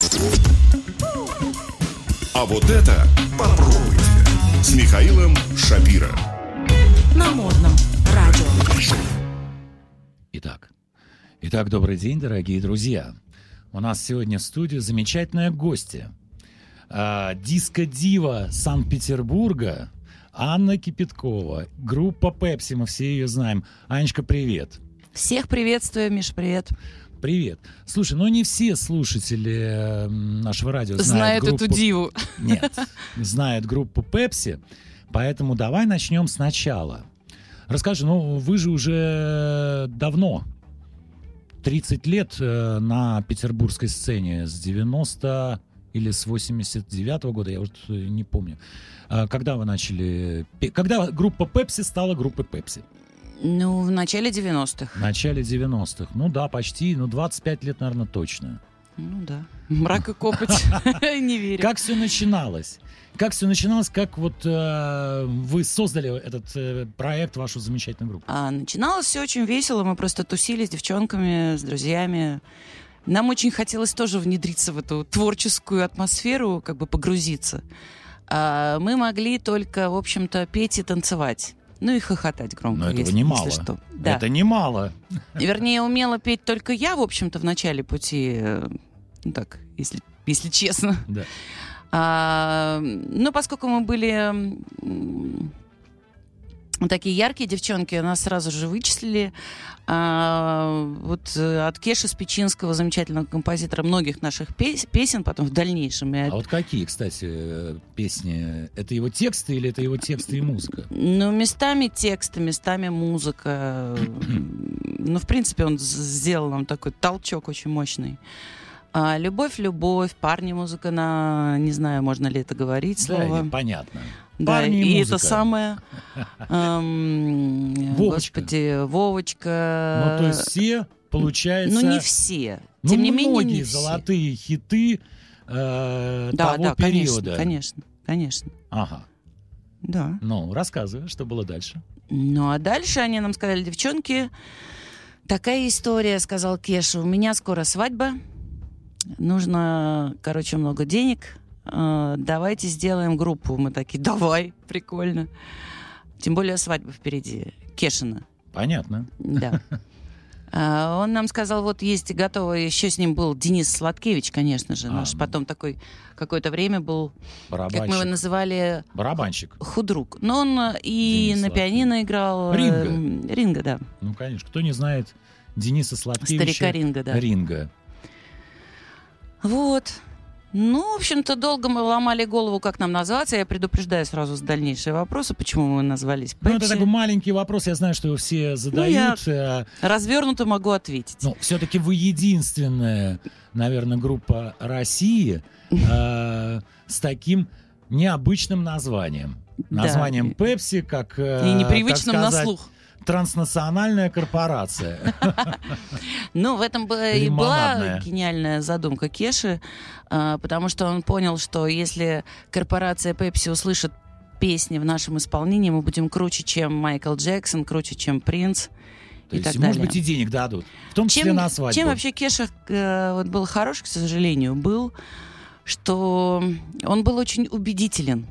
А вот это попробуйте с Михаилом Шапиро. На модном радио. Итак, добрый день, дорогие друзья. У нас сегодня в студии замечательная гостья. Диско-дива Санкт-Петербурга Анна Кипяткова. Группа Пепси, мы все ее знаем. Анечка, привет. Всех приветствую, Миш, привет. Привет. Слушай, не все слушатели нашего радио знают группу... эту диву. Нет, знают группу Пепси, поэтому давай начнем сначала. Расскажи, вы же уже давно, 30 лет на петербургской сцене, с 90 или с 89-го года, я вот не помню. Когда вы начали... Когда группа Пепси стала группой Пепси? В начале 90-х. В начале 90-х. Почти, 25 лет, наверное, точно. Да. Мрак и копоть. Не верю. Как все начиналось? Как вы создали этот проект, вашу замечательную группу? Начиналось все очень весело. Мы просто тусили с девчонками, с друзьями. Нам очень хотелось тоже внедриться в эту творческую атмосферу, погрузиться. Мы могли только, в общем-то, петь и танцевать. И хохотать громко. Но этого немало. Если что. Да. Это немало. Вернее, умела петь только я, в общем-то, в начале пути. Если честно. Да. Поскольку мы были такие яркие девчонки, нас сразу же вычислили. От Кеши Спичинского, замечательного композитора, многих наших песен, потом в дальнейшем. Какие, кстати, песни? Это его тексты или это его тексты и музыка? Местами тексты, местами музыка. В принципе, он сделал нам такой толчок очень мощный. «Любовь, любовь», «Парни», музыка на... Не знаю, можно ли это говорить слово. Да, понятно. Да, «Парни» и музыка. это самое... Вовочка. Господи, «Вовочка». То есть все, получается... не все. Тем не менее, многие не все. золотые хиты того периода. Конечно. Ага. Да. Рассказывай, что было дальше. А дальше они нам сказали: девчонки, такая история, сказал Кеша, у меня скоро свадьба. Нужно, много денег. Давайте сделаем группу. Мы такие: давай, прикольно. Тем более свадьба впереди. Кешина. Понятно. Да. Он нам сказал, есть готовый, еще с ним был Денис Сладкевич, конечно же, наш потом такой какое-то время был, барабанщик. Как мы его называли, барабанщик. Худрук. Но он и Денис на пианино играл. Ринго, да. Конечно. Кто не знает Дениса Сладкевича? Старика Ринго, да. Ринго. В общем-то, долго мы ломали голову, как нам назваться. Я предупреждаю сразу с дальнейшие вопросы, почему мы назвались Пепси. Это такой маленький вопрос, я знаю, что его все задают. Я развернуто могу ответить. Все-таки вы единственная, наверное, группа России с таким необычным названием. Названием Пепси, как... И непривычным на слух. Транснациональная корпорация. В этом и была гениальная задумка Кеши, потому что он понял, что если корпорация Пепси услышит песни в нашем исполнении, мы будем круче, чем Майкл Джексон, круче, чем Принц. То есть, может быть, и денег дадут, в том числе на свадьбу. Чем вообще Кеша был хорош, к сожалению, был, что он был очень убедителен.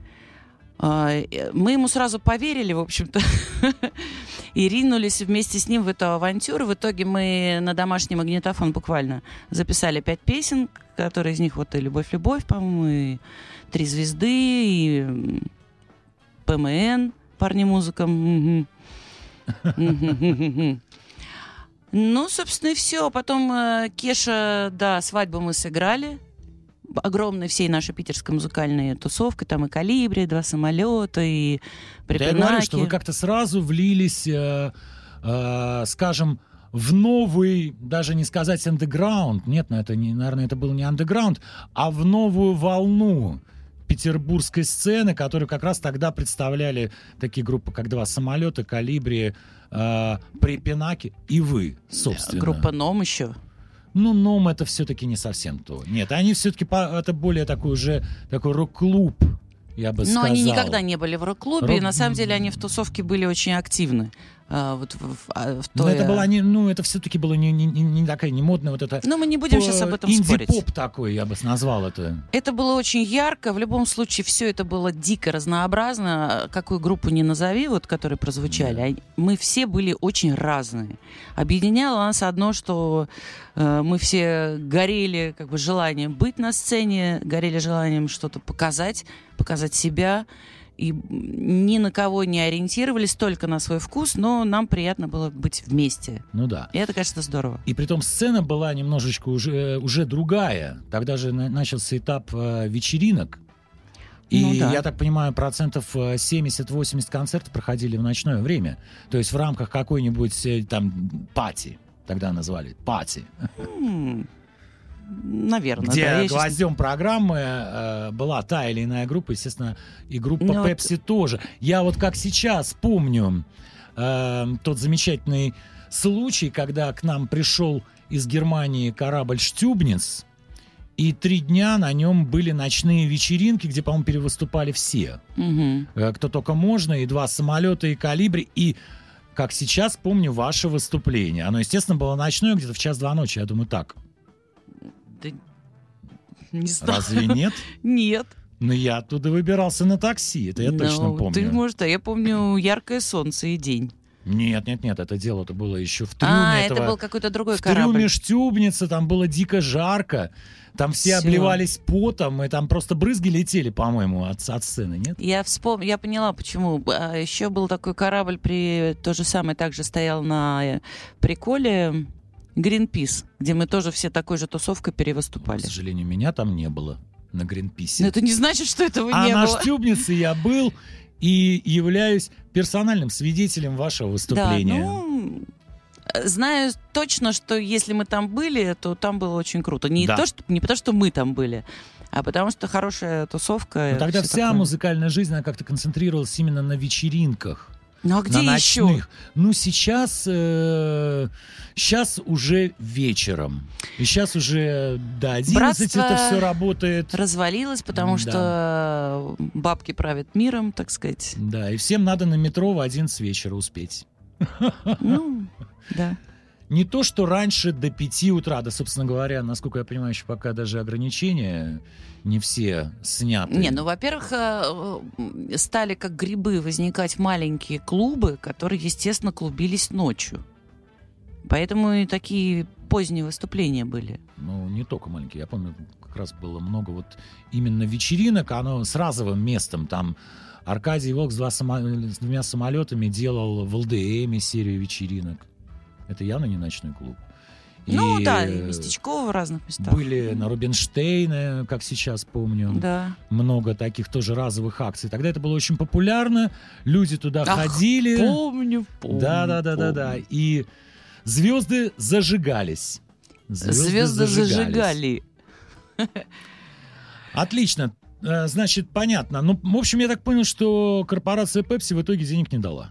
Мы ему сразу поверили, в общем-то, и ринулись вместе с ним в эту авантюру. В итоге мы на домашний магнитофон буквально записали 5 песен, которые из них и «Любовь, любовь», по-моему, и «Три звезды», и ПМН, «Парни, музыка». Собственно, и все. Потом Кеша, свадьбу мы сыграли. Огромной всей нашей питерской музыкальной тусовкой. Там и «Колибри», «Два самолета», и «Припинаки». Я говорю, что вы как-то сразу влились, скажем, в новый, даже не сказать андеграунд, нет, наверное, это был не андеграунд, а в новую волну петербургской сцены, которую как раз тогда представляли такие группы, как «Два самолета», «Колибри», «Припинаки» и вы, собственно. Группа «Ном» еще. «Ном» это все-таки не совсем то. Нет, они все-таки, это более такой рок-клуб, я бы сказал. Но они никогда не были в рок-клубе, и на самом деле они в тусовке были очень активны. вот в Но той... это была это все-таки было не такая, не модная вот это... Но мы не будем сейчас об этом спорить. Инди-поп такой, я бы назвал это. Это было очень ярко. В любом случае, все это было дико разнообразно. Какую группу ни назови, вот, которые прозвучали, мы все были очень разные. Объединяло нас одно, что мы все горели как бы желанием быть на сцене, горели желанием что-то показать себя. И ни на кого не ориентировались, только на свой вкус, но нам приятно было быть вместе. Ну да. И это, конечно, здорово. И притом сцена была немножечко уже другая. Тогда же начался этап вечеринок. И я так понимаю, 70-80% концертов проходили в ночное время. То есть в рамках какой-нибудь там пати. Тогда назвали пати. Наверное. Где гвоздем программы была та или иная группа, естественно, и группа Pepsi тоже. Я вот как сейчас помню тот замечательный случай, когда к нам пришел из Германии корабль «Штюбниц», и 3 дня на нем были ночные вечеринки, где, по-моему, перевыступали все. Кто только можно, и 2 самолета, и «Колибри», и, как сейчас помню, ваше выступление. Оно, естественно, было ночное, где-то в 1-2 ночи, я думаю, так. Да не знаю. Разве нет? Нет. Но я оттуда выбирался на такси, это я точно помню. Ты, может, я помню яркое солнце и день. Нет, это дело-то было еще в трюме этого. Это был какой-то другой в корабль. В трюме «Штюбница», там было дико жарко, там все обливались потом, и там просто брызги летели, по-моему, от сцены, нет? Я поняла, почему. Еще был такой корабль, то же самое также стоял на приколе Greenpeace, где мы тоже все такой же тусовкой перевыступали. К сожалению, меня там не было на Greenpeace. Но это не значит, что этого не было. А на «Штюбнице» я был и являюсь персональным свидетелем вашего выступления. Да, знаю точно, что если мы там были, то там было очень круто. Не потому, что мы там были, а потому что хорошая тусовка. Но тогда вся музыкальная жизнь, она как-то концентрировалась именно на вечеринках. Ну а где еще? Ну сейчас уже вечером. И сейчас уже до 11 это все работает. Развалилось, потому что бабки правят миром, так сказать. Да, и всем надо на метро в 11 вечера успеть. Ну, да. Не то, что раньше до 5 утра, да, собственно говоря, насколько я понимаю, еще пока даже ограничения не все сняты. Во-первых, стали как грибы возникать маленькие клубы, которые, естественно, клубились ночью. Поэтому и такие поздние выступления были. Ну, не только маленькие. Я помню, как раз было много вот именно вечеринок, оно с разовым местом. Там Аркадий Волк с 2 самолетами делал в ЛДМе серию вечеринок. Это явно не ночной клуб. И местечково в разных местах. Были на Рубинштейне, как сейчас помню. Да. Много таких тоже разовых акций. Тогда это было очень популярно. Люди туда ходили. Помню. Да. И звезды зажигались. Звезды зажигали. Отлично. Значит, понятно. Ну, в общем, я так понял, что корпорация Pepsi в итоге денег не дала.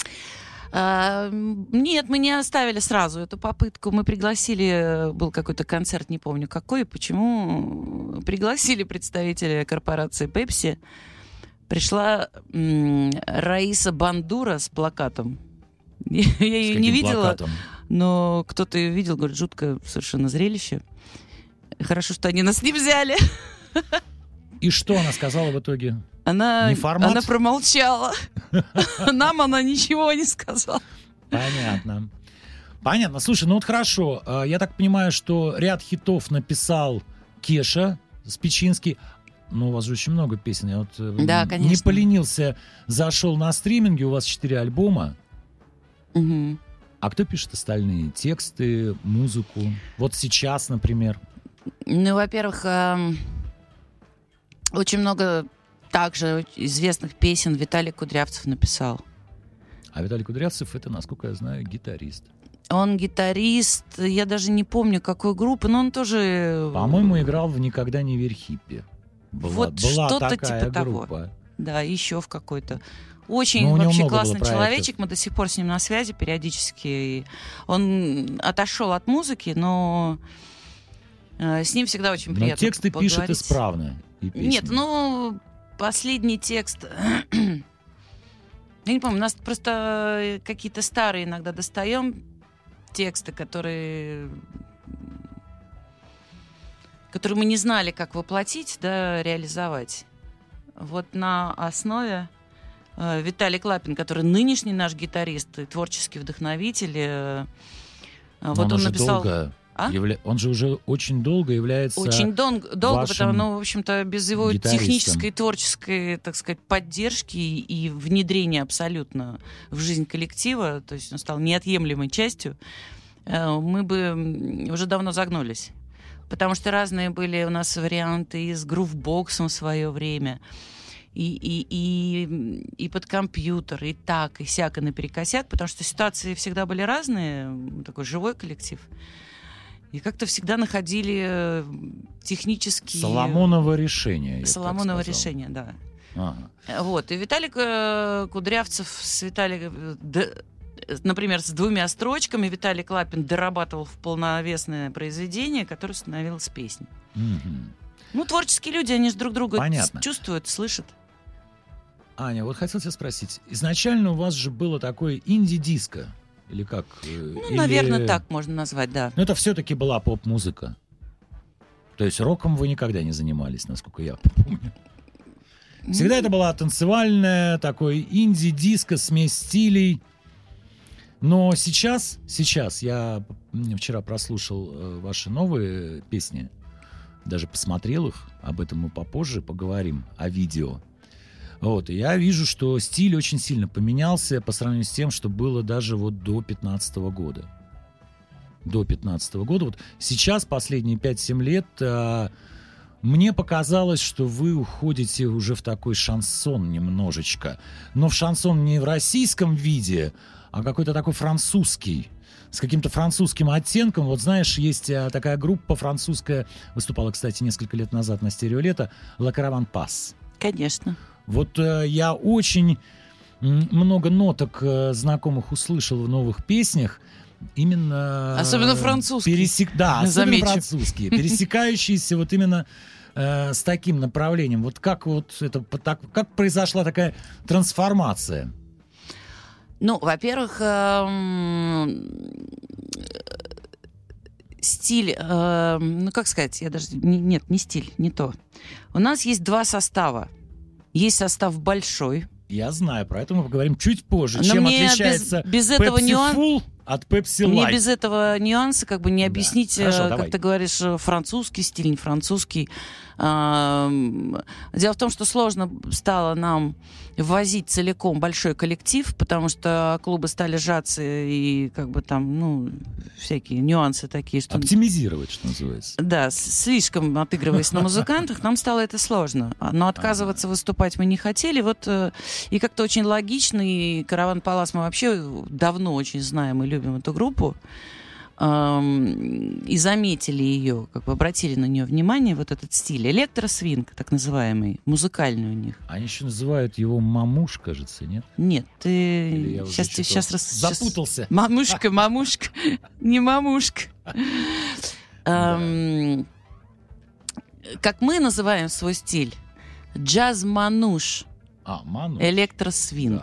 Нет, мы не оставили сразу эту попытку. Мы пригласили, был какой-то концерт, не помню какой, почему. Пригласили представителя корпорации Pepsi. Пришла Раиса Бандура с плакатом. Я ее не видела, но кто-то ее видел, говорит, жуткое совершенно зрелище. Хорошо, что они нас не взяли. И что она сказала в итоге? Она промолчала. Нам она ничего не сказала. Понятно. Слушай, ну вот хорошо. Я так понимаю, что ряд хитов написал Кеша Спичинский. Ну, у вас же очень много песен. Я вот не поленился, зашел на стриминге, у вас 4 альбома. Угу. А кто пишет остальные? Тексты, музыку? Вот сейчас, например. Ну, во-первых, очень много также известных песен Виталий Кудрявцев написал. А Виталий Кудрявцев — это, насколько я знаю, гитарист. Он гитарист, я даже не помню, какой группы, но он тоже... По-моему, играл в «Никогда не верь хиппи». Была что-то такая типа группа. Того. Да, еще в какой-то. Очень вообще классный человечек, мы до сих пор с ним на связи периодически. Он отошел от музыки, но с ним всегда очень приятно поговорить. Но тексты пишет исправно. Нет, последний текст... Я не помню, у нас просто какие-то старые иногда достаем тексты, которые мы не знали, как воплотить, да, реализовать. Вот на основе Виталий Клапин, который нынешний наш гитарист и творческий вдохновитель, вот он написал... Он же уже очень долго является очень долго, потому, в общем-то, без его гитаристом. Технической, творческой, так сказать, поддержки и внедрения абсолютно в жизнь коллектива, то есть он стал неотъемлемой частью, мы бы уже давно загнулись. Потому что разные были у нас варианты и с грувбоксом в свое время, и под компьютер, и так, и сяк, и наперекосяк, потому что ситуации всегда были разные, такой живой коллектив. И как-то всегда находили технические... Соломоново решение. Соломоново решение, да. Ага. Вот. И Виталик Кудрявцев например, с 2 строчками Виталий Клапин дорабатывал в полновесное произведение, которое становилось песней. Ну, творческие люди, они же друг друга чувствуют, слышат. Аня, вот хотел тебя спросить. Изначально у вас же было такое инди-диско. Или как? Ну, наверное, так можно назвать, да. Но это все-таки была поп-музыка. То есть роком вы никогда не занимались, насколько я помню. Всегда это была танцевальная, такой инди-диско, смесь стилей. Но сейчас я вчера прослушал ваши новые песни, даже посмотрел их, об этом мы попозже поговорим, о видео. Вот, и я вижу, что стиль очень сильно поменялся по сравнению с тем, что было даже вот до 2015 года. До 2015 года. Вот сейчас, последние 5-7 лет, мне показалось, что вы уходите уже в такой шансон немножечко. Но в шансон не в российском виде, а какой-то такой французский, с каким-то французским оттенком. Вот знаешь, есть такая группа французская, выступала, кстати, несколько лет назад на «Стереолето», «La Caravane Passe». Конечно. Вот я очень много ноток знакомых услышал в новых песнях. Именно... Особенно французские. Да, особенно французские. Пересекающиеся вот именно с таким направлением. Вот как как произошла такая трансформация? Ну, во-первых, стиль, ну, как сказать, я даже... Нет, не стиль, не то. У нас есть 2 состава. Есть состав большой. Я знаю, про это мы поговорим чуть позже. Но чем мне отличается без этого Pepsi Full от Pepsi Light? Мне без этого нюанса как бы не объяснить, Хорошо, как ты говоришь, французский стиль, не французский. Дело в том, что сложно стало нам ввозить целиком большой коллектив, потому что клубы стали сжаться и как бы там, ну, всякие нюансы такие. Что... Оптимизировать, что называется. Да, слишком отыгрываясь на музыкантах, нам стало это сложно. Но отказываться выступать мы не хотели. Вот, и как-то очень логично, и «Караван Палас» мы вообще давно очень знаем и любим эту группу. И заметили ее, как бы обратили на нее внимание, вот этот стиль. Электросвинг, так называемый, музыкальный у них. Они еще называют его мамуш, кажется, нет? Нет, ты сейчас запутался. Мамушка, не мамушка. Как мы называем свой стиль? Джаз-мануш. Мануш. Электросвинг.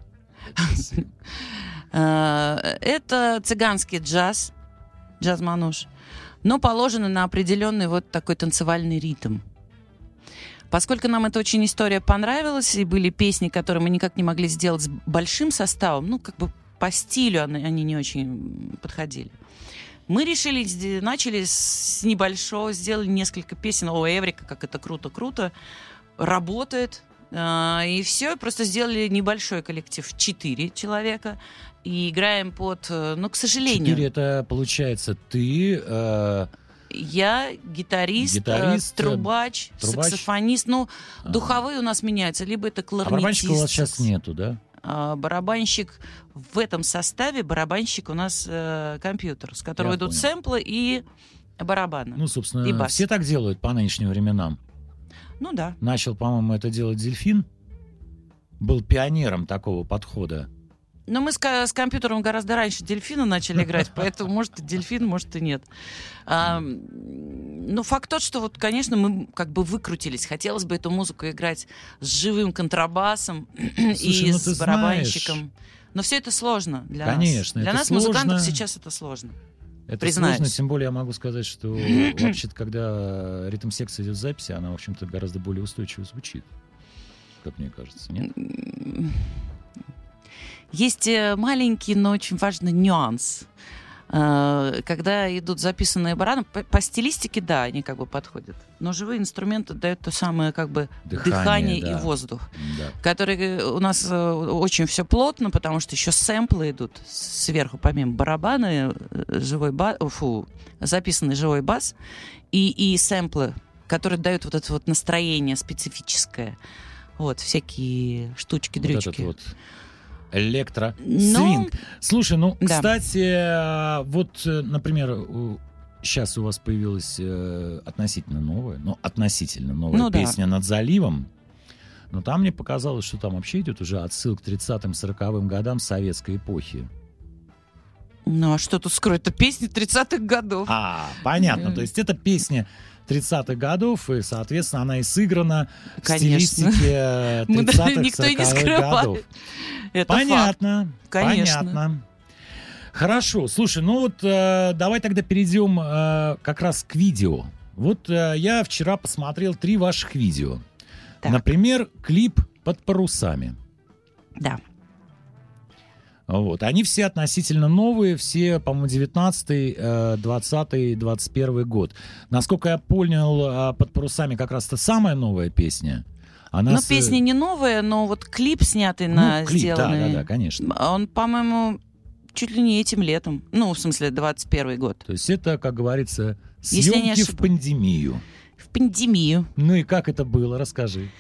Это цыганский джаз, джаз-мануш, но положенный на определенный вот такой танцевальный ритм. Поскольку нам эта очень история понравилась, и были песни, которые мы никак не могли сделать с большим составом, ну, как бы по стилю они не очень подходили. Мы решили, начали с небольшого, сделали несколько песен. О, Эврика, как это круто, работает. И все, просто сделали небольшой коллектив, 4 человека, и играем под, ну, к сожалению... 4 это, получается, ты... Я гитарист, трубач, саксофонист. Ну, духовые у нас меняются, либо это кларнетист. А барабанщика у вас сейчас нету, да? Барабанщик в этом составе, барабанщик у нас компьютер, с которого идут сэмплы и барабаны. Ну, собственно, все так делают по нынешним временам. Ну да. Начал, по-моему, это делать Дельфин. Был пионером такого подхода. Но мы с компьютером гораздо раньше дельфина начали играть, поэтому может и дельфин, может и нет. Ну, факт тот, что вот, конечно, мы как бы выкрутились. Хотелось бы эту музыку играть с живым контрабасом и с барабанщиком. Но все это сложно для нас. Конечно, для это нас, сложно. музыкантов, сейчас это сложно. Это признаюсь. сложно, тем более я могу сказать, что вообще-то, когда ритм-секция идет в записи, она, в общем-то, гораздо более устойчиво звучит, как мне кажется, нет? Есть маленький, но очень важный нюанс. Когда идут записанные барабаны, по стилистике, да, они как бы подходят. Но живые инструменты дают то самое как бы дыхание да. И воздух, Да. который у нас очень все плотно, потому что еще сэмплы идут сверху, помимо барабана, записанный живой бас и сэмплы, которые дают вот это вот настроение специфическое. Вот, всякие штучки-дрючки. Вот этот вот электро-свинг. Слушай, ну, да. Кстати, вот, например, сейчас у вас появилась относительно новая песня «Над заливом». Но там мне показалось, что там вообще идет уже отсылка к 30-м, 40-м годам советской эпохи. Ну, а что тут скроет? Это песни 30-х годов. Понятно. То есть это песня 30-х годов, и, соответственно, она и сыграна в стилистике 30-х, 40-х годов. Это понятно, факт. Конечно. Понятно. Хорошо, слушай, ну вот давай тогда перейдем как раз к видео. Вот я вчера посмотрел 3 ваших видео. Так. Например, клип «Под парусами». Да. Вот. Они все относительно новые, все, по-моему, 19-й, 20-й, 21-й год. Насколько я понял, «Под парусами» как раз-то самая новая песня. Ну, песня не новая, но вот клип, снятый сделанный. Да, конечно. Он, по-моему, чуть ли не этим летом. Ну, в смысле, 21-й год. То есть это, как говорится, съемки в пандемию. В пандемию. Ну и как это было? Расскажи.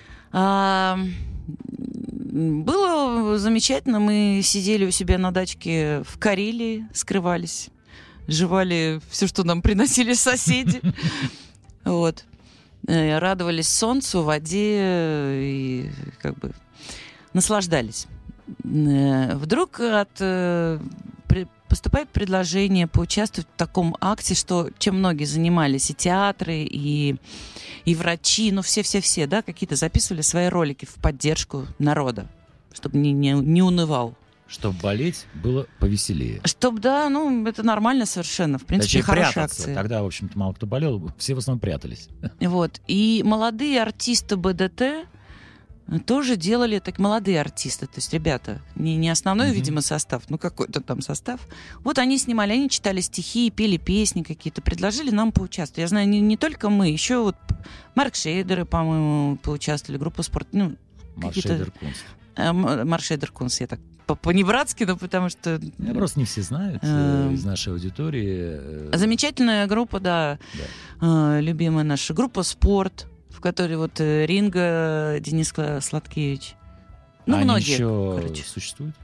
Было замечательно. Мы сидели у себя на дачке в Карелии, скрывались, жевали все, что нам приносили соседи. Вот. Радовались солнцу, воде и как бы наслаждались. Вдруг поступает предложение поучаствовать в таком акте, чем многие занимались, и театры, и врачи, ну все-все-все, да, какие-то записывали свои ролики в поддержку народа, чтобы не унывал. Чтобы болеть было повеселее. Чтобы, да, ну, это нормально совершенно. В принципе, хорошая акция. Тогда, в общем-то, мало кто болел, все в основном прятались. Вот. И молодые артисты БДТ тоже делали, так молодые артисты, то есть ребята, не основной, видимо, состав, ну какой-то там состав. Вот они снимали, они читали стихи, пели песни какие-то, предложили нам поучаствовать. Я знаю, не только мы, еще вот Маркшейдеры, по-моему, поучаствовали, группа спорт, ну, Маркшейдер-Кунст. Маркшейдер-Кунст, я так по-небратски, но потому что... Просто не все знают из нашей аудитории. Замечательная группа, да. Любимая наша группа «Спорт», в которой вот Ринго, Денис Сладкевич. Ну, они многие, еще существуют?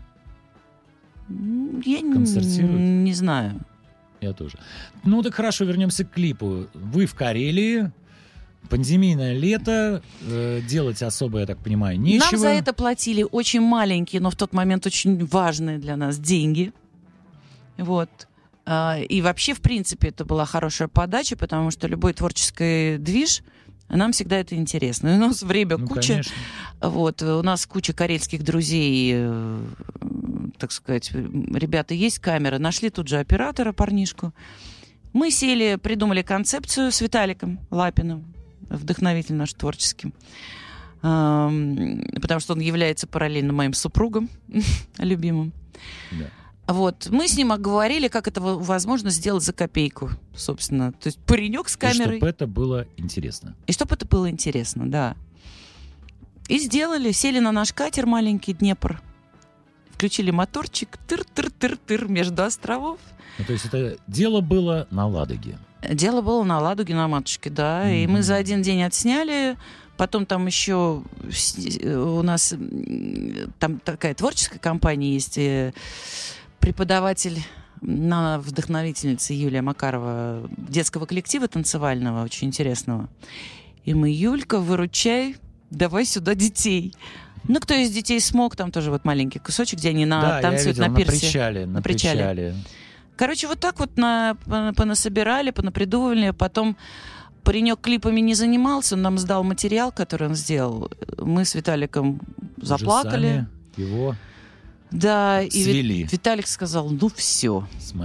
Я концертируют? Не знаю. Я тоже. Ну, так хорошо, вернемся к клипу. Вы в Карелии, пандемийное лето, делать особо, я так понимаю, нечего. Нам за это платили очень маленькие, но в тот момент очень важные для нас деньги. Вот. И вообще, в принципе, это была хорошая подача, потому что любой творческий движ, нам всегда это интересно. И у нас время куча. Конечно. Вот, у нас куча карельских друзей, так сказать, ребята, есть камера. Нашли тут же оператора, парнишку. Мы сели, придумали концепцию с Виталиком Лапиным, вдохновитель наш творческий. Потому что он является параллельно моим супругом любимым. Да. Вот. Мы с ним оговорили, как это возможно сделать за копейку, собственно. То есть паренек с камерой. И чтобы это было интересно. И чтобы это было интересно, да. И сделали. Сели на наш катер маленький Днепр. Включили моторчик. Тыр-тыр-тыр-тыр между островов. Ну, то есть это дело было на Ладоге. Дело было на Ладоге, на матушке, да. И мы за один день отсняли. Потом там еще у нас там такая творческая компания есть. Преподаватель, вдохновительница Юлия Макарова, детского коллектива танцевального, очень интересного. И мы: Юлька, выручай, давай сюда детей. Ну, кто из детей смог, там тоже вот маленький кусочек, где они Да, танцуют я видел, на пирсе. на причале. Короче, вот так вот понасобирали, понапридумывали. Потом паренек клипами не занимался, он нам сдал материал, который он сделал. Мы с Виталиком заплакали. Уже сами его да, и свели. Виталик сказал, ну все,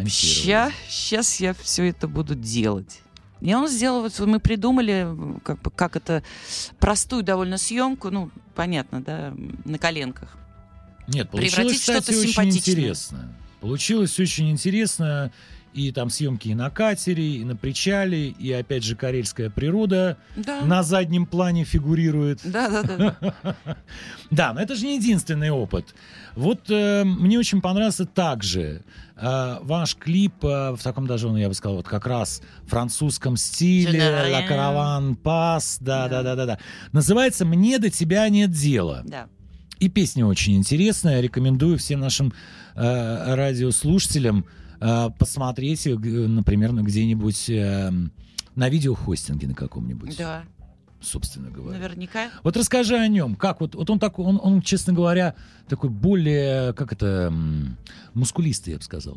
сейчас я все это буду делать. И он сделал, вот мы придумали, как это, простую довольно съемку, ну, понятно, да, на коленках. Нет, получилось, кстати, очень интересно. Получилось очень интересно. И там съемки и на катере, и на причале, и опять же карельская природа на заднем плане фигурирует. Да. Да, но это же не единственный опыт. Вот мне очень понравился также ваш клип в таком даже, я бы сказал, вот как раз французском стиле, «La Caravane Passe», да. Называется «Мне до тебя нет дела». Да. И песня очень интересная. Рекомендую всем нашим радиослушателям посмотреть, например, где-нибудь на видеохостинге на каком-нибудь. Да. Собственно говоря. Наверняка. Вот расскажи о нем. Как вот он такой, он, честно говоря, такой более, мускулистый, я бы сказал.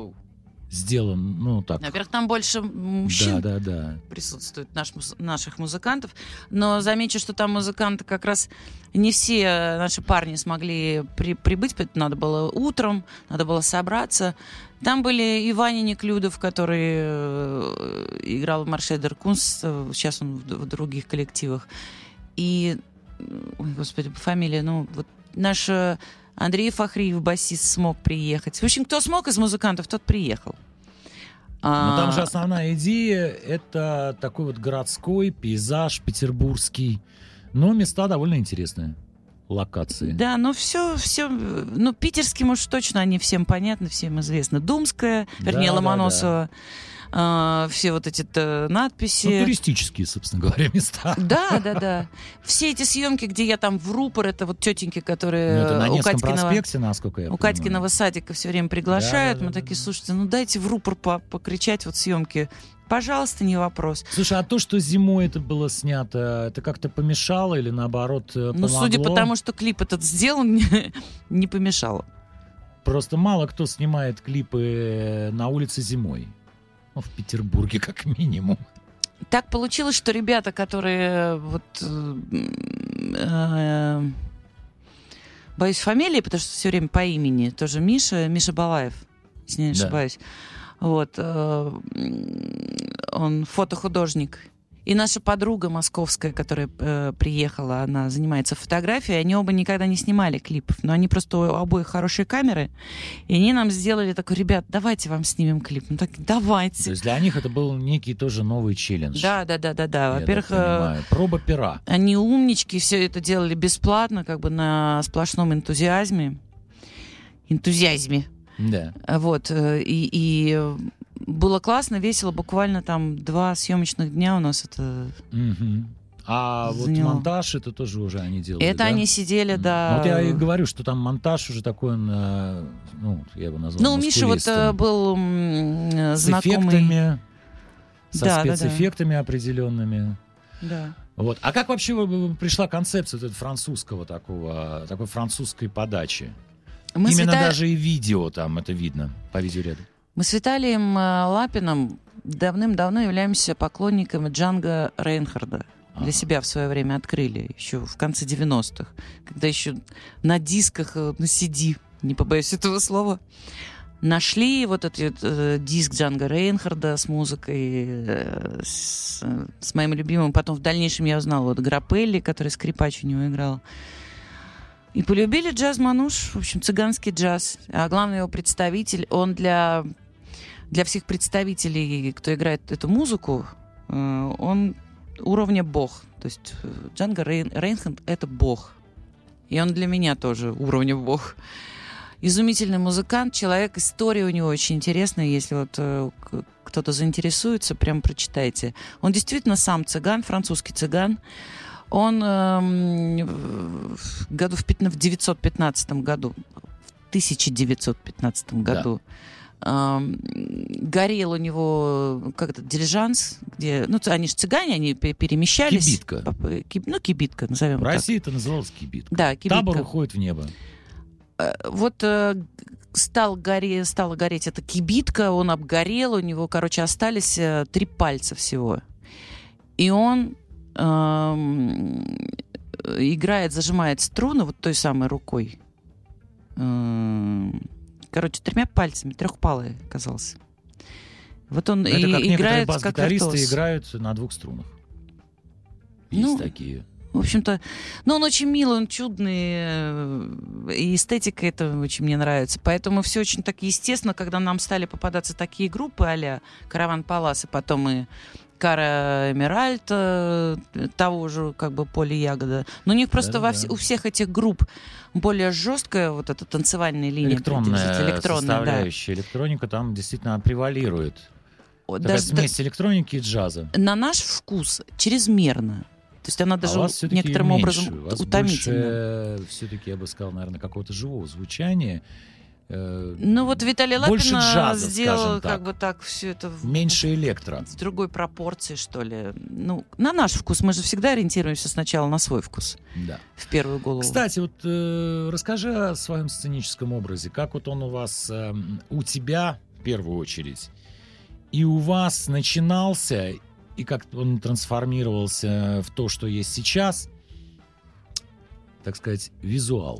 Сделан, ну так. Во-первых, там больше мужчин присутствует наших музыкантов. Но замечу, что там музыканты как раз не все наши парни смогли прибыть. Надо было утром, надо было собраться. Там были и Ваня Неклюдов, который играл в Марше дер Кунст. Сейчас он в других коллективах. И, ой, господи, фамилия, ну, вот наш Андрей Фахриев, басист, смог приехать. В общем, кто смог из музыкантов, тот приехал. Но там же основная идея — это такой вот городской пейзаж петербургский. Но места довольно интересные. Локации. Да, но все, ну, питерским уж точно они всем понятны, всем известны. Думская, вернее, Ломоносова. Все вот эти надписи. Ну, туристические, собственно говоря, места. Да. Все эти съемки, где я там в рупор, это вот тетеньки, которые это на Невском проспекте, насколько я понимаю. Катькиного садика все время приглашают. Мы такие, слушайте, ну дайте в рупор покричать вот съемки. Пожалуйста, не вопрос. Слушай, а то, что зимой это было снято, это как-то помешало или наоборот помогло? Ну, судя по тому, что клип этот сделан, не помешало. Просто мало кто снимает клипы на улице зимой. Ну, в Петербурге, как минимум. Так получилось, что ребята, которые боюсь фамилии, потому что все время по имени, тоже Миша Балаев, если не ошибаюсь. Вот. Он фотохудожник. И наша подруга московская, которая приехала, она занимается фотографией, они оба никогда не снимали клипов, но они просто у обоих хорошие камеры, и они нам сделали такой, ребят, давайте вам снимем клип. Ну так, давайте. То есть для них это был некий тоже новый челлендж. Да. Во-первых, проба пера. Они умнички, все это делали бесплатно, как бы на сплошном энтузиазме. Да. Вот. И было классно, весело. Буквально там 2 съемочных дня у нас это А заняло. Вот монтаж это тоже уже они делали, это да? Они сидели, да. Вот я и говорю, что там монтаж уже такой, ну, я его назвал Ну, у Миши вот был знакомый... Со спецэффектами определенными. Да. Вот. А как вообще пришла концепция французской подачи? Именно даже и видео там это видно по видеоряду. Мы с Виталием Лапиным давным-давно являемся поклонниками Джанго Рейнхарда. Для себя в свое время открыли, еще в конце 90-х, когда еще на дисках, на CD, не побоюсь этого слова, нашли вот этот диск Джанго Рейнхарда с музыкой, с моим любимым. Потом в дальнейшем я узнала Грапелли, который скрипач у него играл. И полюбили джаз-мануш, в общем, цыганский джаз. А главный его представитель, он для всех представителей, кто играет эту музыку, он уровня бог. То есть Джанго Рейнхард — это бог. И он для меня тоже уровня бог. Изумительный музыкант, человек, история у него очень интересная. Если вот кто-то заинтересуется, прям прочитайте. Он действительно сам цыган, французский цыган. Он в 1915 году, горел у него как-то дилижанс, где, ну, они же цыгане, они перемещались. Кибитка. Кибитка, назовем В так. России это называлось кибитка. Да, кибитка. Табор уходит в небо. Вот стала гореть эта кибитка, он обгорел, у него, короче, остались 3 пальца всего. И он играет, зажимает струны вот той самой рукой. Короче, 3 пальцами, 3-палый оказался. Вот он Это и как играет как бас-гитаристы виртуоз. играют на 2 струнах. Есть Ну, такие. В общем-то, ну, он очень милый, он чудный, и эстетика это очень мне нравится. Поэтому все очень так естественно, когда нам стали попадаться такие группы а-ля «Караван Палас», и потом и «Кара Эмеральд», того же как бы «Поле Ягода». Но у них просто у всех этих групп более жесткая вот эта танцевальная линия. Электронная составляющая. Да. Электроника там действительно превалирует. Такая смесь электроники и джаза. На наш вкус чрезмерно. То есть она даже некоторым образом утомительна. Все-таки, я бы сказал, наверное, какого-то живого звучания. Ну вот Виталий Лапин джаза, сделал как бы так все это... Меньше электро. В другой пропорции, что ли. Ну, на наш вкус. Мы же всегда ориентируемся сначала на свой вкус. Да. В первую голову. Кстати, вот расскажи о своем сценическом образе. Как вот он у вас, у тебя в первую очередь, и у вас начинался... И как он трансформировался в то, что есть сейчас, так сказать, визуал.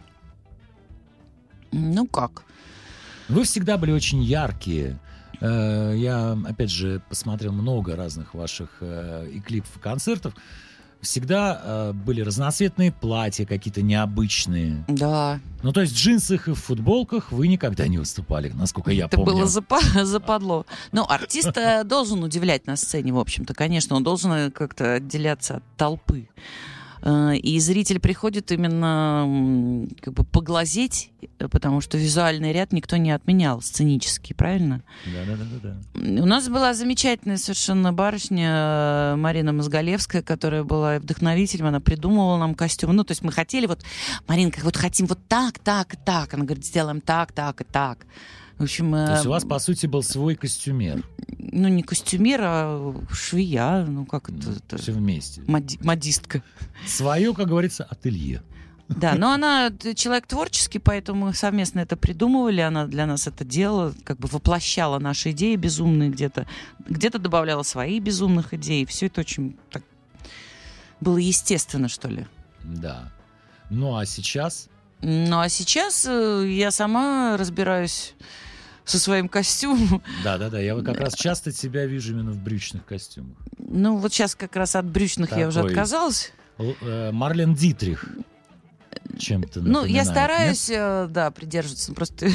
Ну как? Вы всегда были очень яркие. Я, опять же, посмотрел много разных ваших и клипов, и концертов. Всегда были разноцветные платья, какие-то необычные. Да. Ну, то есть в джинсах и в футболках вы никогда не выступали, насколько я помню. Это было западло. Но артист должен удивлять на сцене, в общем-то. Конечно, он должен как-то отделяться от толпы. И зритель приходит именно как бы поглазеть, потому что визуальный ряд никто не отменял, сценический, правильно? Да. У нас была замечательная совершенно барышня Марина Мозголевская, которая была вдохновителем, она придумывала нам костюмы. Ну, то есть мы хотели вот, Маринка, вот хотим вот так, так и так. Она говорит, сделаем так, так и так. В общем, то есть у вас, по сути, был свой костюмер? Ну, не костюмер, а швея. Ну, как это? Все вместе. Модистка. Свое, как говорится, ателье. Да, но она человек творческий, поэтому мы совместно это придумывали. Она для нас это делала, как бы воплощала наши идеи безумные где-то. Где-то добавляла свои безумных идей. Все это очень так было естественно, что ли. Да. Ну, а сейчас? Ну, а сейчас я сама разбираюсь со своим костюмом. Да. Я вот как раз часто тебя вижу именно в брючных костюмах. Ну, вот сейчас как раз от брючных я уже отказалась. Марлен Дитрих чем-то напоминает. Ну, я стараюсь, да, придерживаться, просто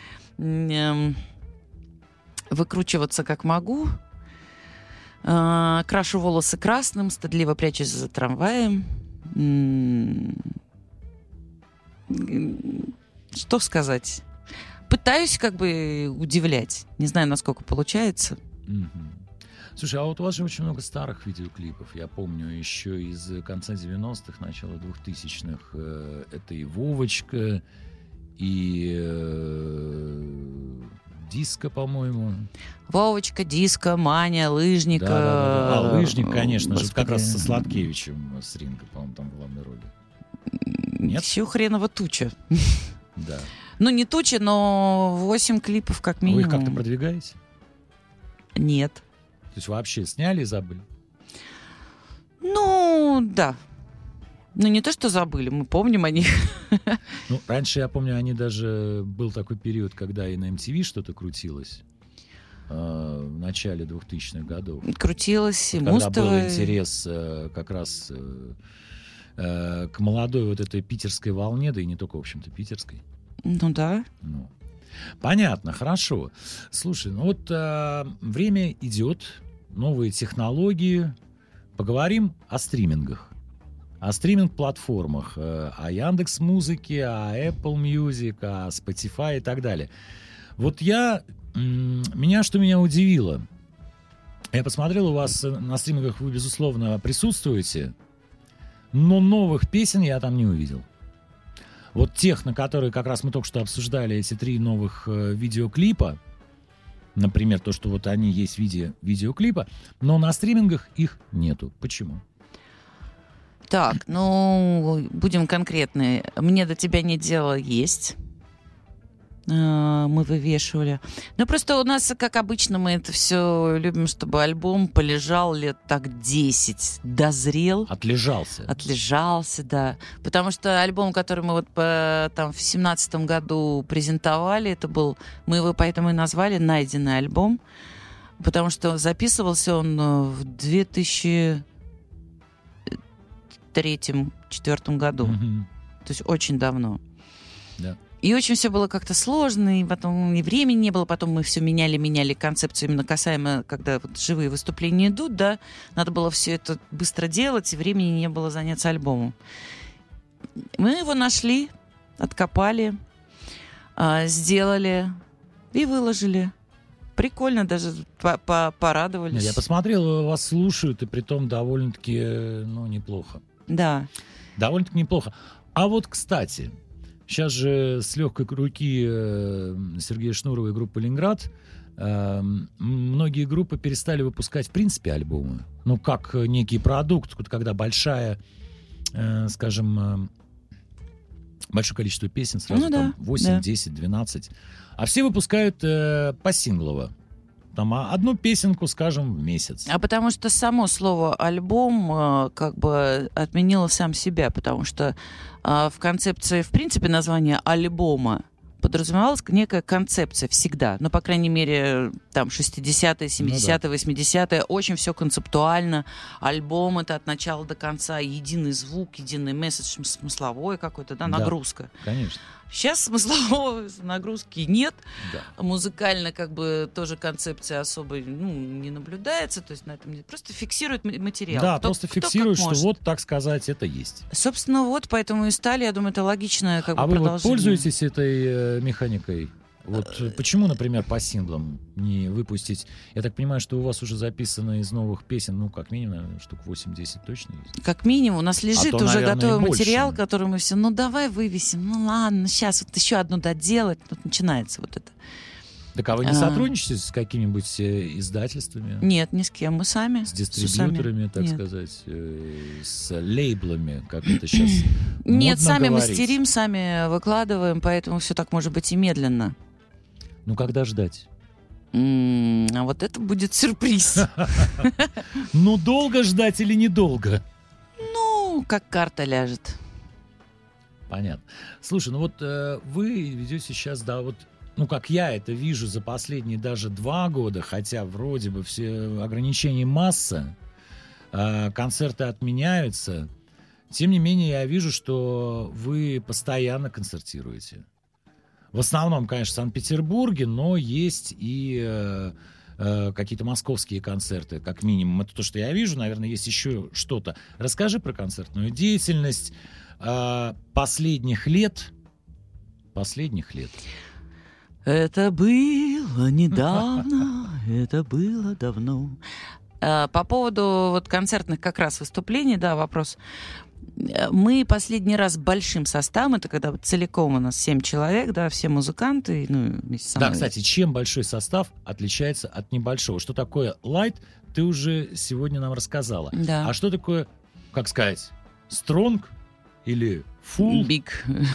выкручиваться как могу. Крашу волосы красным, стыдливо прячусь за трамваем. Что сказать? Пытаюсь как бы удивлять. Не знаю, насколько получается. Слушай, а вот у вас же очень много старых видеоклипов. Я помню еще из конца 90-х, начала 2000-х. Это и «Вовочка», и «Диско», по-моему. «Вовочка», «Диско», «Маня», «Лыжник». Да. А «Лыжник», конечно же, как раз со Сладкевичем с ринга, по-моему, там в главной роли. Нет? Всю хреново туча. Да. Ну, не туча, но 8 клипов как минимум. Вы их как-то продвигаете? Нет. То есть вообще сняли и забыли? Ну, да. Ну, не то, что забыли, мы помним о них. Ну, раньше, я помню, они даже... Был такой период, когда и на MTV что-то крутилось. В начале 2000-х годов. Крутилось, и Когда был интерес как раз к молодой вот этой питерской волне, да и не только, в общем-то, питерской. Ну, да. Ну. Понятно, хорошо. Слушай, ну вот время идет, новые технологии. Поговорим о стримингах. О стриминг-платформах. О Яндекс.Музыке, о Apple Music, о Spotify и так далее. Вот меня удивило. Я посмотрел, у вас на стримингах вы, безусловно, присутствуете, но новых песен я там не увидел. Вот тех, на которые как раз мы только что обсуждали, эти 3 новых видеоклипа, Например, то, что вот они есть в виде видеоклипа, но на стримингах их нету. Почему? Так, будем конкретны. «Мне до тебя нет дела» есть. Мы вывешивали. Просто у нас, как обычно, мы это все любим, чтобы альбом полежал лет так 10, дозрел. Отлежался, да. Потому что альбом, который мы вот в 17-м году презентовали, это был, мы его поэтому и назвали «Найденный альбом», потому что записывался он в 2003-2004 году. То есть очень давно. Да. И очень все было как-то сложно, и потом и времени не было, потом мы все меняли концепцию именно касаемо, когда вот живые выступления идут, да, надо было все это быстро делать, и времени не было заняться альбомом. Мы его нашли, откопали, сделали и выложили. Прикольно, даже порадовались. Я посмотрел, вас слушают, и притом довольно-таки, неплохо. Да. Довольно-таки неплохо. А вот, кстати... Сейчас же с легкой руки Сергея Шнурова и группы «Ленинград» многие группы перестали выпускать в принципе альбомы. Как некий продукт, когда большое количество песен, сразу 8, 10, 12. А все выпускают посинглово. Одну песенку, скажем, в месяц. А потому что само слово «альбом» отменило сам себя, потому что в концепции, в принципе, названия альбома подразумевалась некая концепция всегда. По крайней мере, 60-е, 70-е, 80-е. Очень все концептуально. Альбом — это от начала до конца единый звук, единый месседж, смысловой какой-то, нагрузка. Да, конечно. Сейчас смысловой нагрузки нет. Да. Музыкально тоже концепция особой не наблюдается. То есть на этом просто фиксирует материал. Да, просто фиксирует, что вот, так сказать, это есть. Собственно, поэтому и стали, я думаю, это логичное продолжение. А вы пользуетесь этой механикой? Почему, например, по синглам не выпустить? Я так понимаю, что у вас уже записано из новых песен, как минимум, наверное, штук 8-10 точно есть. Как минимум. У нас лежит то, уже наверное, готовый материал, который мы все, давай вывесим, ладно, сейчас еще одну доделать. Тут начинается это. Так а вы не сотрудничаете с какими-нибудь издательствами? Нет, ни с кем. Мы сами. С дистрибьюторами, так сказать, с лейблами, как это сейчас Нет, сами говорить. мастерим, сами выкладываем, поэтому все так может быть и медленно. Когда ждать? А вот это будет сюрприз. Долго ждать или недолго? Как карта ляжет. Понятно. Слушай, вы ведете сейчас, как я это вижу за последние даже 2 года, хотя вроде бы все ограничения масса, концерты отменяются, тем не менее я вижу, что вы постоянно концертируете. В основном, конечно, в Санкт-Петербурге, но есть и какие-то московские концерты, как минимум. Это то, что я вижу. Наверное, есть еще что-то. Расскажи про концертную деятельность последних лет. Это было недавно, это было давно. По поводу концертных как раз выступлений, вопрос. Мы последний раз большим составом, это когда целиком у нас 7 человек, все музыканты, вместе со мной. Да, кстати, чем большой состав отличается от небольшого? Что такое light, ты уже сегодня нам рассказала. Да. А что такое, как сказать, strong или full? Big.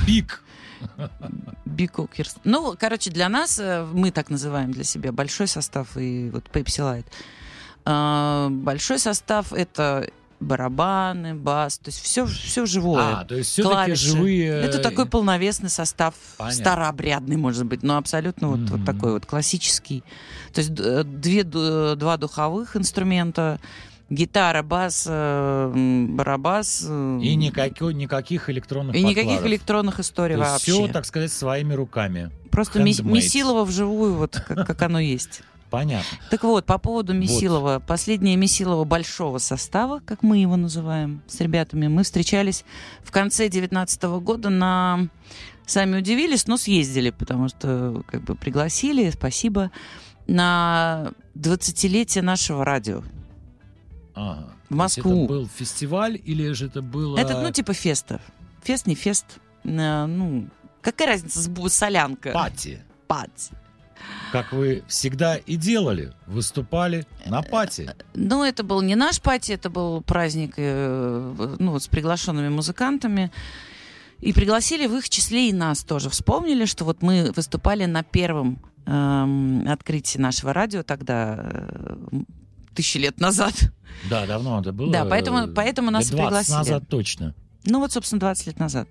Big orchestra. Для нас, мы так называем для себя, большой состав и Pepsi Light. Большой состав — это барабаны, бас, то есть все живое. То есть все-таки живые... Это такой полновесный состав, Понятно. Старообрядный, может быть, но абсолютно вот такой классический. То есть 2 духовых инструмента, гитара, бас, барабас. И никаких электронных И подкладов. никаких электронных историй вообще. Все, так сказать, своими руками. Просто Месилово вживую, как оно есть. Понятно. Так вот, по поводу Месилова. Последнее Месилово большого состава, как мы его называем, с ребятами, мы встречались в конце 2019 года сами удивились, но съездили, потому что пригласили, спасибо, на 20-летие нашего радио. Ага. В Москву. Это был фестиваль или же это было... Это, типа феста. Фест, не фест. Какая разница, солянка? Пати. Как вы всегда и делали, выступали на пати. Ну, это был не наш пати, это был праздник с приглашенными музыкантами. И пригласили в их числе и нас тоже. Вспомнили, что вот мы выступали на первом открытии нашего радио тогда, 1000 лет назад. Да, давно это было. Да, поэтому нас лет 20 пригласили. назад точно. Ну вот, собственно, 20 лет назад.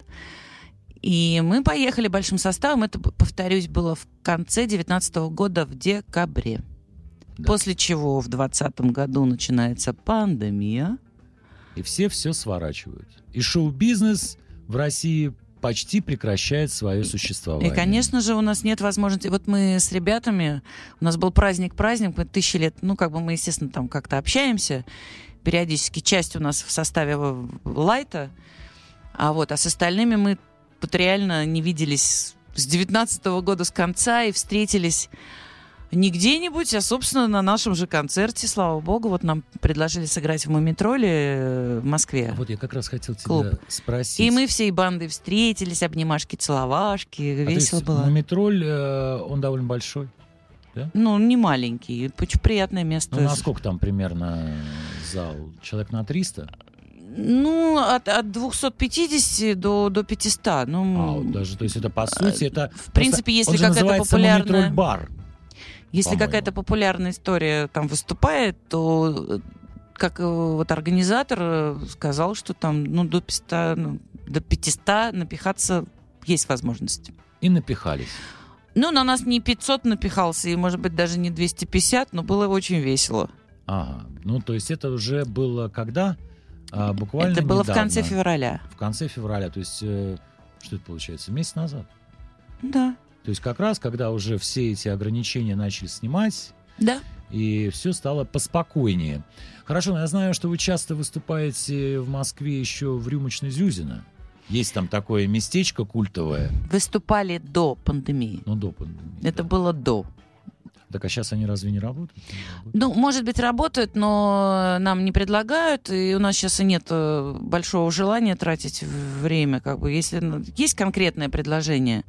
И мы поехали большим составом. Это, повторюсь, было в конце 2019 года, в декабре. Да. После чего в 2020 году начинается пандемия. И все сворачивают. И шоу-бизнес в России почти прекращает свое существование. И, конечно же, у нас нет возможности... Вот мы с ребятами... У нас был праздник, мы 1000 лет... Ну, как бы мы, естественно, там как-то общаемся. Периодически часть у нас в составе лайта. А с остальными мы вот реально не виделись с 2019 года, с конца, и встретились не где-нибудь, а, собственно, на нашем же концерте, слава богу. Вот нам предложили сыграть в Мумитроле в Москве. Вот я как раз хотел тебя спросить. И мы всей бандой встретились, обнимашки, целовашки, весело было. Мумитроль, он довольно большой, да? Ну, не маленький, очень приятное место. Ну, насколько там примерно зал? Человек на 300? Ну, от 250 до 500. Ну, даже, то есть это, по сути, это... В принципе, если какая-то популярная... Мумитроль-бар. Если какая-то популярная история там выступает, то как вот организатор сказал, что там до 500 напихаться есть возможность. И напихались. Ну, на нас не 500 напихался, и, может быть, даже не 250, но было очень весело. Ага. Ну, то есть это уже было когда? Буквально это было недавно. В конце февраля. В конце февраля, то есть, что это получается, месяц назад? Да. То есть как раз, когда уже все эти ограничения начали снимать, да, и все стало поспокойнее. Хорошо, но я знаю, что вы часто выступаете в Москве еще в рюмочной Зюзино. Есть там такое местечко культовое. Выступали до пандемии. Ну, до пандемии. Это было до. Так, а сейчас они разве не работают? Ну, может быть, работают, но нам не предлагают, и у нас сейчас и нет большого желания тратить время. Если есть конкретное предложение,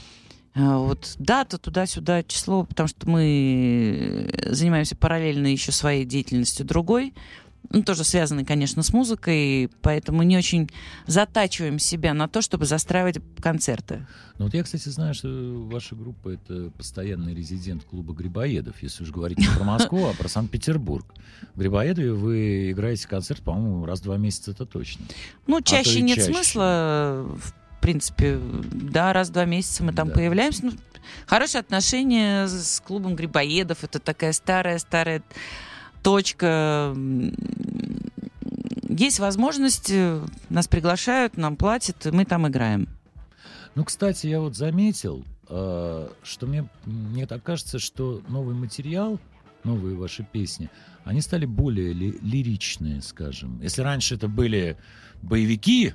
вот дата, туда-сюда, число, потому что мы занимаемся параллельно еще своей деятельностью другой, тоже связанной, конечно, с музыкой, поэтому не очень затачиваем себя на то, чтобы застраивать концерты. Ну вот я, кстати, знаю, что ваша группа — это постоянный резидент клуба «Грибоедов», если уж говорить не про Москву, а про Санкт-Петербург. В «Грибоедове» вы играете концерт, по-моему, раз в 2 месяца, это точно. Ну, чаще нет смысла. В принципе, да, раз в 2 месяца мы там появляемся. Ну, хорошие отношения с клубом «Грибоедов». Это такая старая точка. Есть возможность, нас приглашают, нам платят, и мы там играем. Ну, кстати, я вот заметил, что мне так кажется, что новый материал, новые ваши песни, они стали более лиричные, скажем. Если раньше это были боевики,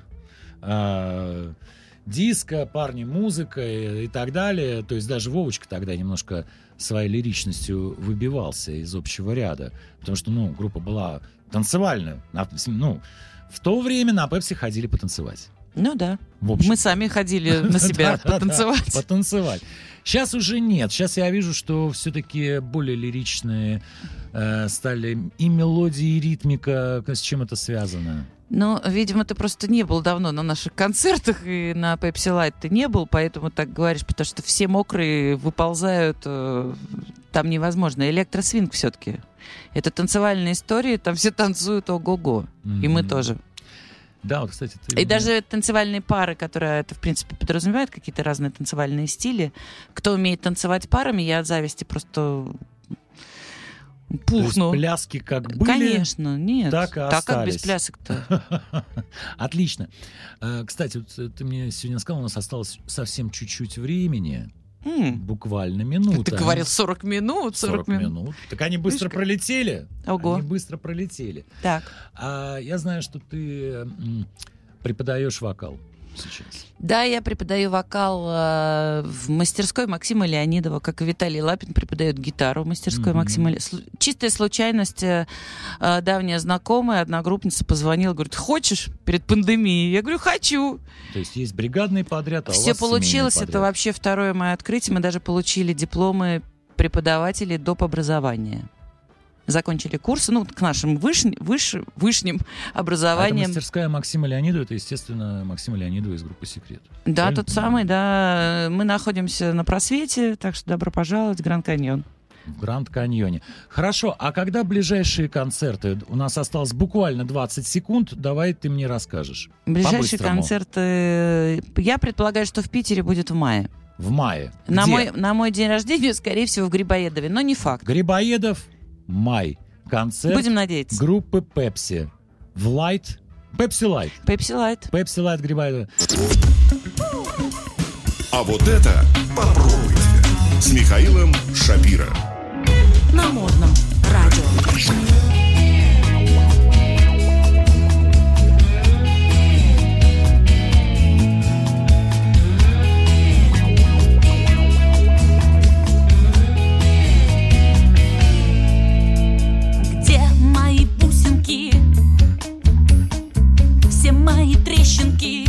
диско, парни, музыка и так далее. То есть даже Вовочка тогда немножко своей лиричностью выбивался из общего ряда. Потому что, группа была танцевальная. В то время на Пепси ходили потанцевать. Ну да. Мы сами ходили на себя потанцевать. Потанцевать. Сейчас уже нет. Сейчас я вижу, что все-таки более лиричные стали и мелодии, и ритмика. С чем это связано? Ну, видимо, ты просто не был давно на наших концертах, и на Pepsi Light ты не был, поэтому так говоришь, потому что все мокрые выползают, там невозможно. Электросвинг все-таки. Это танцевальная история, там все танцуют ого-го. И мы тоже. Да, вот, кстати, И даже танцевальные пары, которые это, в принципе, подразумевают, какие-то разные танцевальные стили. Кто умеет танцевать парами, я от зависти просто пухну. То есть пляски как были, конечно, нет. Так и остались. Так как без плясок-то? Отлично. Кстати, вот ты мне сегодня сказал, у нас осталось совсем чуть-чуть времени. Буквально минута. Ты говорил 40 минут. 40 минут. Так они быстро пролетели. Ого. Они быстро пролетели. Так. Я знаю, что ты преподаешь вокал. сейчас? Да, я преподаю вокал в мастерской Максима Леонидова, как и Виталий Лапин преподает гитару в мастерской Максима Леонидова. Чистая случайность, давняя знакомая, одногруппница позвонила, говорит, хочешь перед пандемией? Я говорю, хочу. То есть бригадный подряд, а Все у вас получилось, семейный это подряд. вообще второе мое открытие. Мы даже получили дипломы преподавателей доп. Образования. Закончили курсы, к нашим высшим А это образованием. мастерская Максима Леонидова, это, естественно, Максима Леонидова из группы «Секрет». Да, Правильно тот понимаю? самый, да. Мы находимся на Просвете, так что добро пожаловать в Гранд Каньон. В Гранд-Каньоне. Хорошо, а когда ближайшие концерты? У нас осталось буквально 20 секунд, давай ты мне расскажешь. Ближайшие По-быстрому. концерты, я предполагаю, что в Питере будет в мае. В мае. На Где? мой день рождения, скорее всего, в Грибоедове, но не факт. Грибоедов, май. Концерт Будем надеяться. группы Пепси. В Лайт. Пепси Лайт. Пепси Лайт. Пепси Лайт Грибоедов. А вот это попробуйте. С Михаилом Шапиро. На модном радио. Где мои бусинки? Все мои трещинки